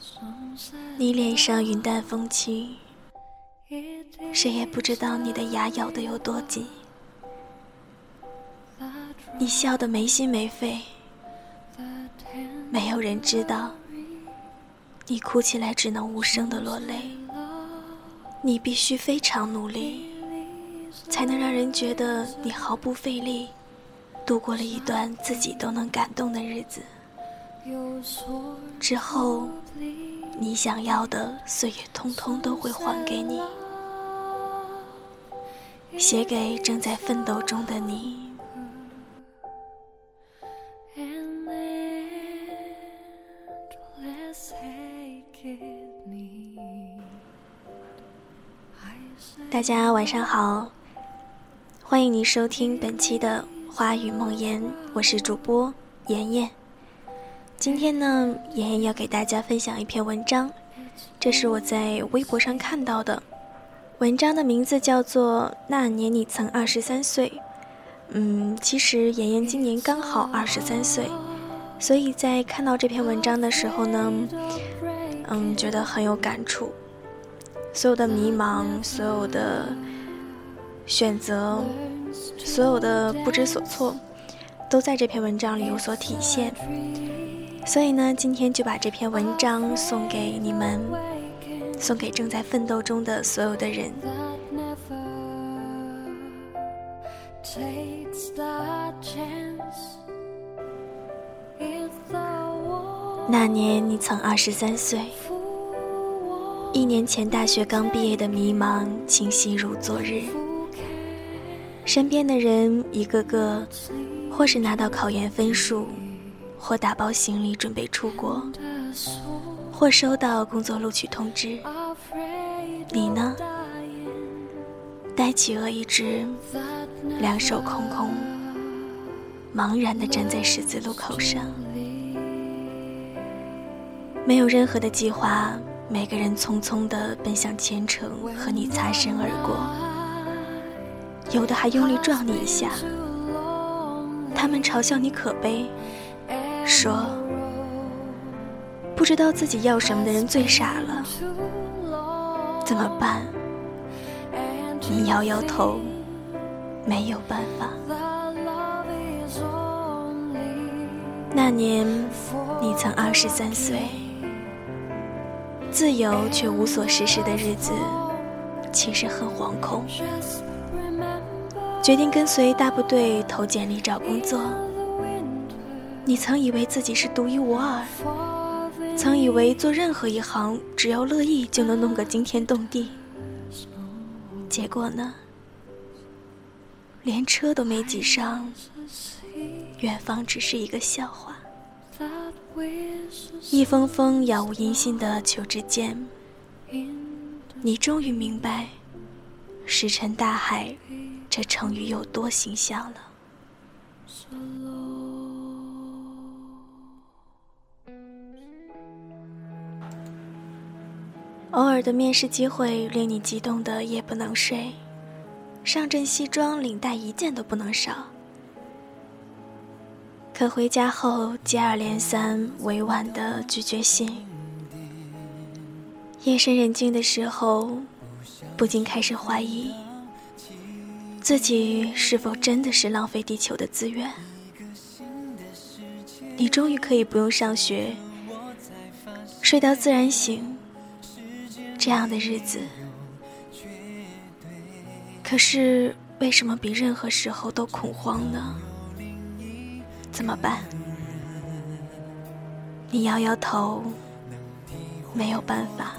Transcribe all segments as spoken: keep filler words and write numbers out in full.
你脸上云淡风轻，谁也不知道你的牙咬得有多紧。你笑得没心没肺，没有人知道你哭起来只能无声地落泪。你必须非常努力，才能让人觉得你毫不费力度过了一段自己都能感动的日子。之后你想要的岁月通通都会还给你。写给正在奋斗中的你。大家晚上好，欢迎您收听本期的花语梦言，我是主播妍妍。今天呢，妍妍要给大家分享一篇文章，这是我在微博上看到的，文章的名字叫做那年你曾二十三岁。嗯，其实妍妍今年刚好二十三岁，所以在看到这篇文章的时候呢，嗯，觉得很有感触。所有的迷茫，所有的选择，所有的不知所措，都在这篇文章里有所体现。所以呢，今天就把这篇文章送给你们，送给正在奋斗中的所有的人。那年你曾二十三岁，一年前大学刚毕业的迷茫清晰如昨日。身边的人一个个或是拿到考研分数，或打包行李准备出国，或收到工作录取通知。你呢？呆企鹅一只，两手空空，茫然地站在十字路口上，没有任何的计划，每个人匆匆地奔向前程，和你擦身而过，有的还用力撞你一下。他们嘲笑你可悲，说不知道自己要什么的人最傻了。怎么办？你摇摇头，没有办法。那年你曾二十三岁，自由却无所事事的日子其实很惶恐。决定跟随大部队投简历找工作，你曾以为自己是独一无二，曾以为做任何一行只要乐意就能弄个惊天动地。结果呢，连车都没挤上，远方只是一个笑话。一封封杳无音信的求职简，你终于明白石沉大海这成语有多形象了。偶尔的面试机会令你激动得夜不能睡，上阵西装领带一件都不能少。可回家后接二连三委婉的拒绝信，夜深人静的时候不禁开始怀疑自己是否真的是浪费地球的资源。你终于可以不用上学，睡到自然醒，这样的日子，可是为什么比任何时候都恐慌呢？怎么办？你摇摇头，没有办法。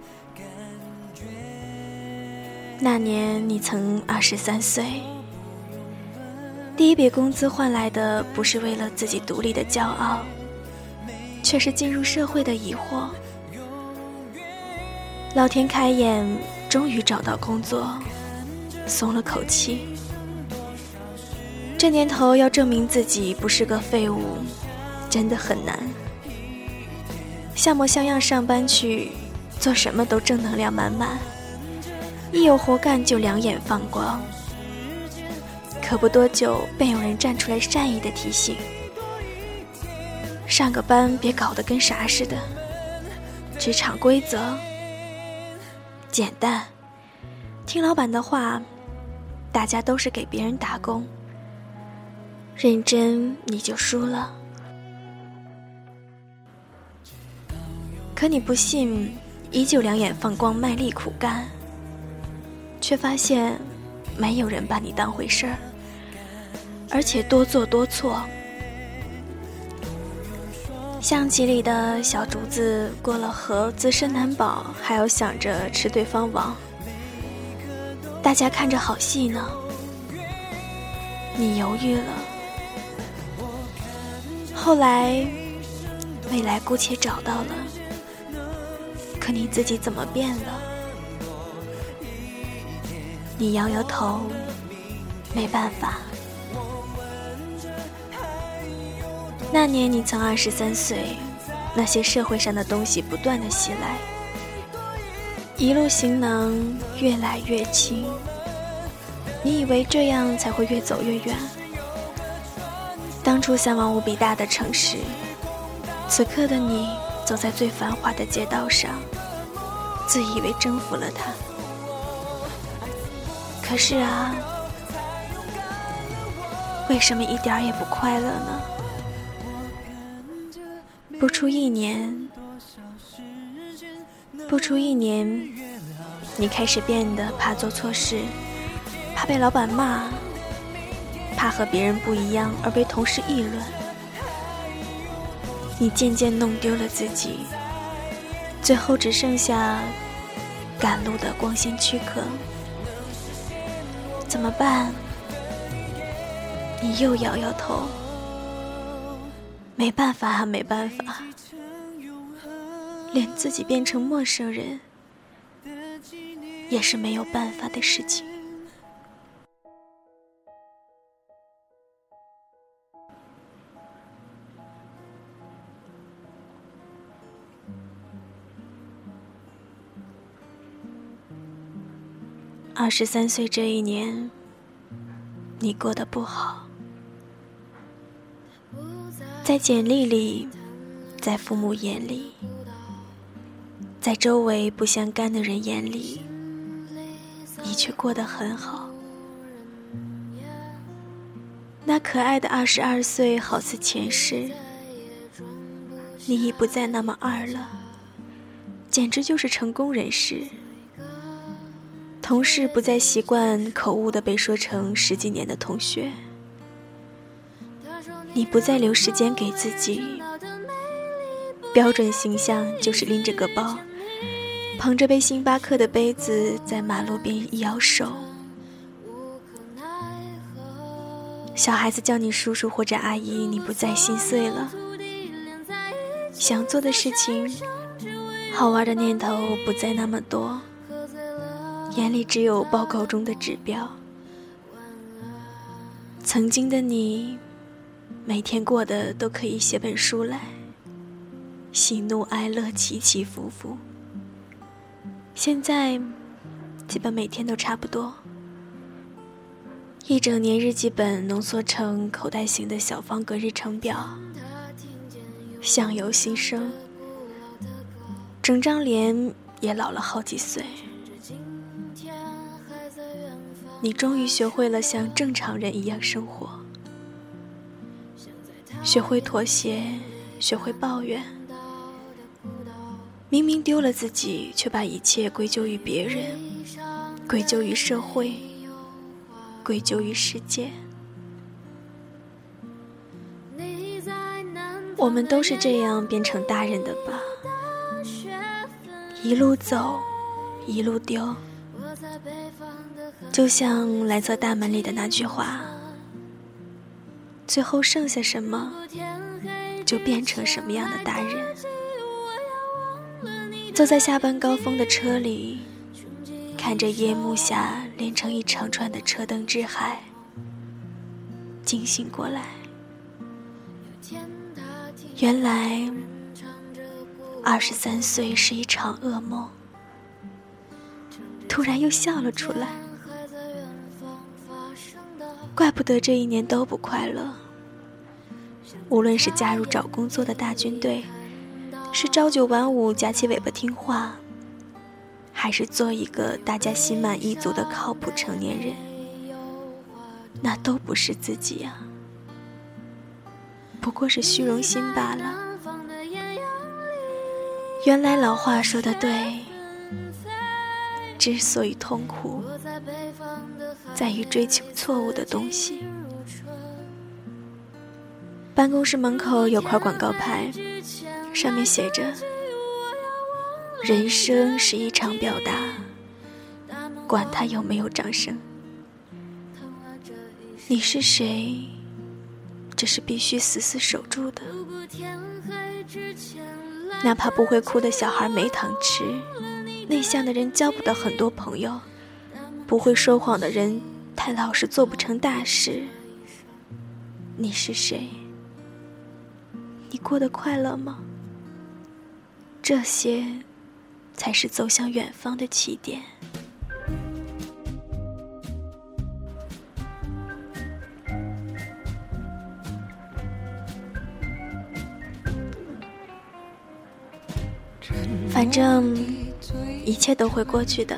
那年你曾二十三岁，第一笔工资换来的不是为了自己独立的骄傲，却是进入社会的疑惑。老天开眼，终于找到工作，松了口气。这年头要证明自己不是个废物，真的很难。像模像样上班去，做什么都正能量满满，一有活干就两眼放光。可不多久便有人站出来善意的提醒，上个班别搞得跟啥似的， 职场规则简单，听老板的话，大家都是给别人打工，认真你就输了。可你不信，依旧两眼放光，卖力苦干，却发现没有人把你当回事儿，而且多做多错。象棋里的小竹子过了河，自身难保，还要想着吃对方王。大家看着好戏呢，你犹豫了。后来，未来姑且找到了，可你自己怎么变了？你摇摇头，没办法。那年你曾二十三岁，那些社会上的东西不断的袭来，一路行囊越来越轻，你以为这样才会越走越远。当初向往无比大的城市，此刻的你走在最繁华的街道上，自以为征服了它。可是啊，为什么一点也不快乐呢？不出一年，不出一年，你开始变得怕做错事，怕被老板骂，怕和别人不一样而被同事议论。你渐渐弄丢了自己，最后只剩下赶路的光鲜躯壳。怎么办？你又摇摇头。没办法啊，没办法，连自己变成陌生人也是没有办法的事情。二十三岁这一年，你过得不好。在简历里，在父母眼里，在周围不相干的人眼里，你却过得很好。那可爱的二十二岁好似前世，你已不再那么二了，简直就是成功人士。同事不再习惯口误地被说成十几年的同学，你不再留时间给自己，标准形象就是拎着个包，捧着杯星巴克的杯子在马路边一摇手。小孩子叫你叔叔或者阿姨，你不再心碎了。想做的事情，好玩的念头不再那么多，眼里只有报告中的指标。曾经的你，每天过的都可以写本书来，喜怒哀乐起起伏伏。现在基本每天都差不多，一整年日记本浓缩成口袋型的小方格日程表，相由心生，整张脸也老了好几岁。你终于学会了像正常人一样生活，学会妥协，学会抱怨。明明丢了自己，却把一切归咎于别人，归咎于社会，归咎于世界。我们都是这样变成大人的吧，一路走，一路丢。就像蓝色大门里的那句话，最后剩下什么，就变成什么样的大人。坐在下班高峰的车里，看着夜幕下连成一长串的车灯之海，惊醒过来，原来二十三岁是一场噩梦。突然又笑了出来，怪不得这一年都不快乐。无论是加入找工作的大军队， 是朝九晚五夹起尾巴听话，还是做一个大家心满意足的靠谱成年人，那都不是自己呀、啊，不过是虚荣心罢了。原来老话说得对，之所以痛苦，在于追求错误的东西。办公室门口有块广告牌，上面写着：人生是一场表达，管它有没有掌声。你是谁，这是必须死死守住的。哪怕不会哭的小孩没糖吃，内向的人交不到很多朋友，不会说谎的人太老实做不成大事。你是谁？你过得快乐吗？这些才是走向远方的起点。反正一切都会过去的，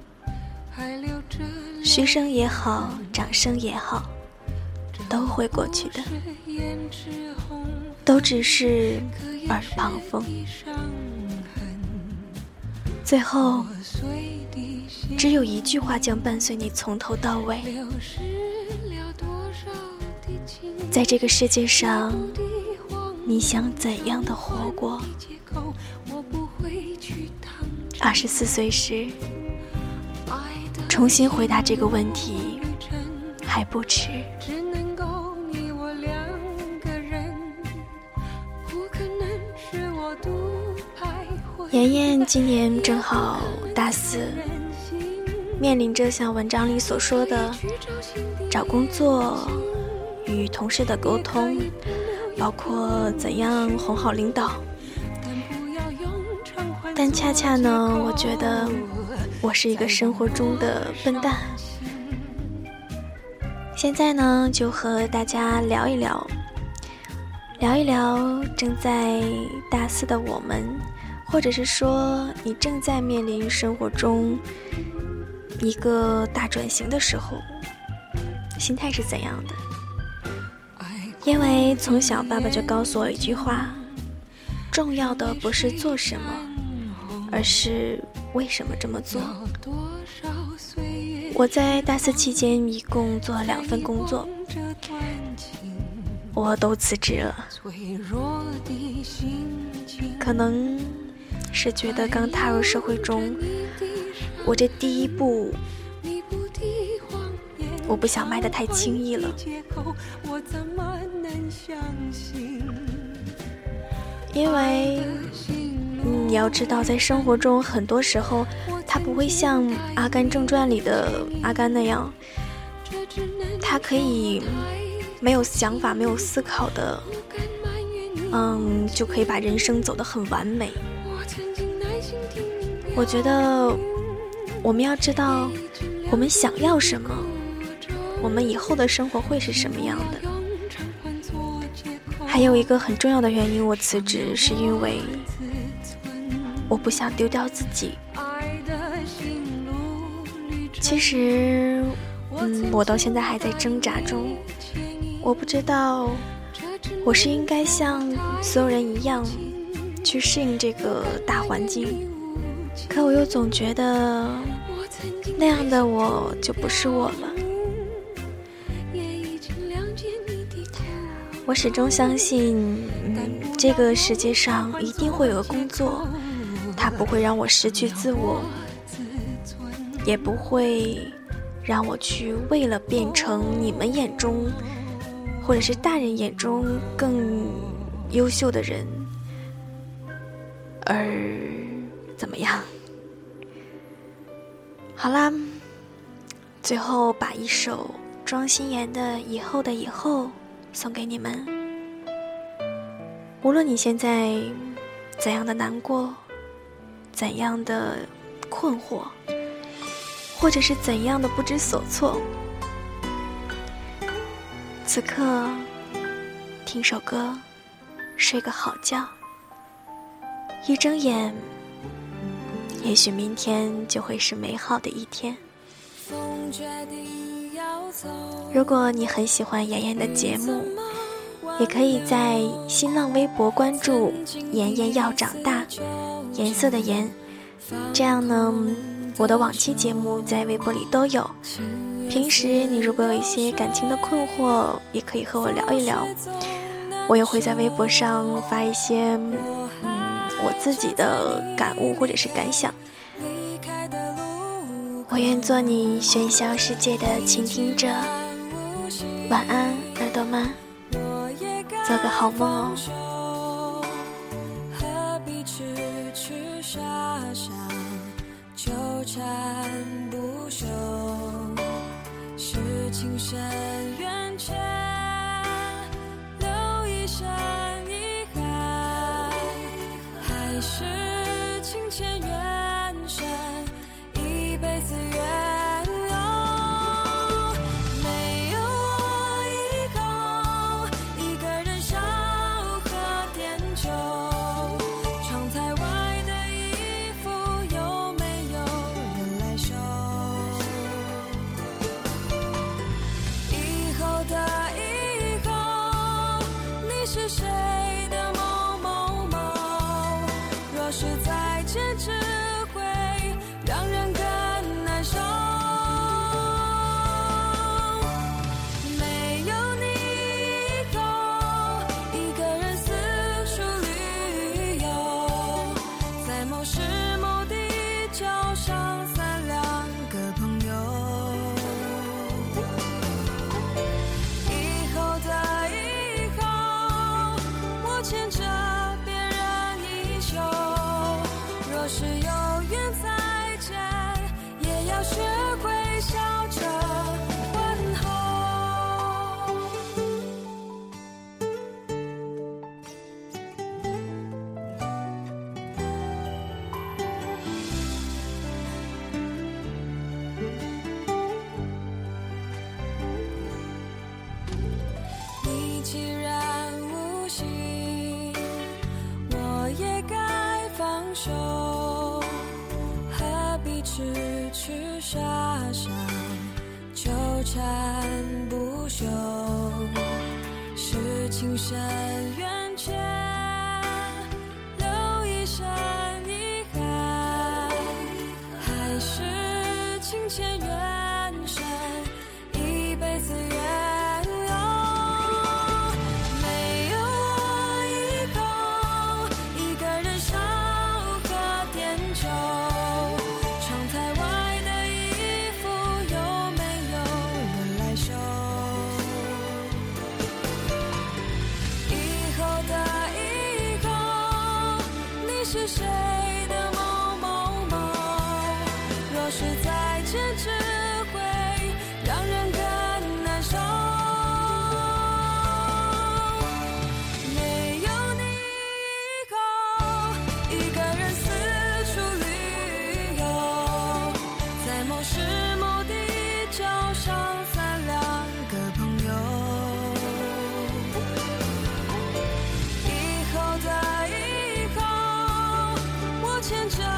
嘘声也好，掌声也好，都会过去的，都只是耳旁风。最后只有一句话将伴随你从头到尾，在这个世界上，你想怎样的活过？二十四岁时重新回答这个问题还不迟。妍妍今年正好大四，面临着像文章里所说的找工作、与同事的沟通，包括怎样哄好领导。但恰恰呢，我觉得我是一个生活中的笨蛋。现在呢，就和大家聊一聊，聊一聊正在大四的我们，或者是说你正在面临生活中一个大转型的时候，心态是怎样的？因为从小爸爸就告诉我一句话，重要的不是做什么，而是为什么这么做。我在大四期间一共做了两份工作，我都辞职了。可能是觉得刚踏入社会中，我这第一步我不想迈得太轻易了。因为嗯，你要知道，在生活中很多时候他不会像《阿甘正传》里的阿甘那样，他可以没有想法没有思考的嗯，就可以把人生走得很完美。我觉得我们要知道我们想要什么，我们以后的生活会是什么样的。还有一个很重要的原因，我辞职是因为我不想丢掉自己。其实嗯，我到现在还在挣扎中，我不知道我是应该像所有人一样去适应这个大环境，可我又总觉得那样的我就不是我了。我始终相信嗯，这个世界上一定会有个工作，它不会让我失去自我，也不会让我去为了变成你们眼中或者是大人眼中更优秀的人而怎么样。好啦，最后把一首庄心妍的《以后的以后》送给你们。无论你现在怎样的难过，怎样的困惑，或者是怎样的不知所措，此刻听首歌，睡个好觉。 一睁眼，也许明天就会是美好的一天。如果你很喜欢妍妍的节目，也可以在新浪微博关注妍妍要长大，颜色的颜，这样呢我的往期节目在微博里都有。平时你如果有一些感情的困惑，也可以和我聊一聊，我也会在微博上发一些嗯我自己的感悟或者是感想。我愿做你喧嚣世界的倾听者，晚安耳朵们，做个好梦哦。何必痴痴傻傻纠缠不休，是情深缘浅，留一身遗憾，还是情牵缘深，一辈子缘由。没有我以后，一个人烧喝点酒，窗台外的衣服有没有人来收？以后的以后，你是谁的某某某？若是再见，只会让人更难受。没有你以后，一个人四处旅游，在某时某地交上三两个朋友。以后的以后，我牵着别人衣袖，若是有缘再见，也要学会笑着问候。你既然无心，我也该放手，何必痴痴傻傻纠缠不休，是情深缘浅，留一身遗憾，还是情牵缘深，一辈子缘由。没有我以后，一个人烧喝点酒，窗台外的衣服有没有人来收？以后的以后，你是谁的某某某？若是再见，只会让人更难受。没有你以后，一个人四处旅游，在某时某地交上三两个朋友。以后的以后，我牵着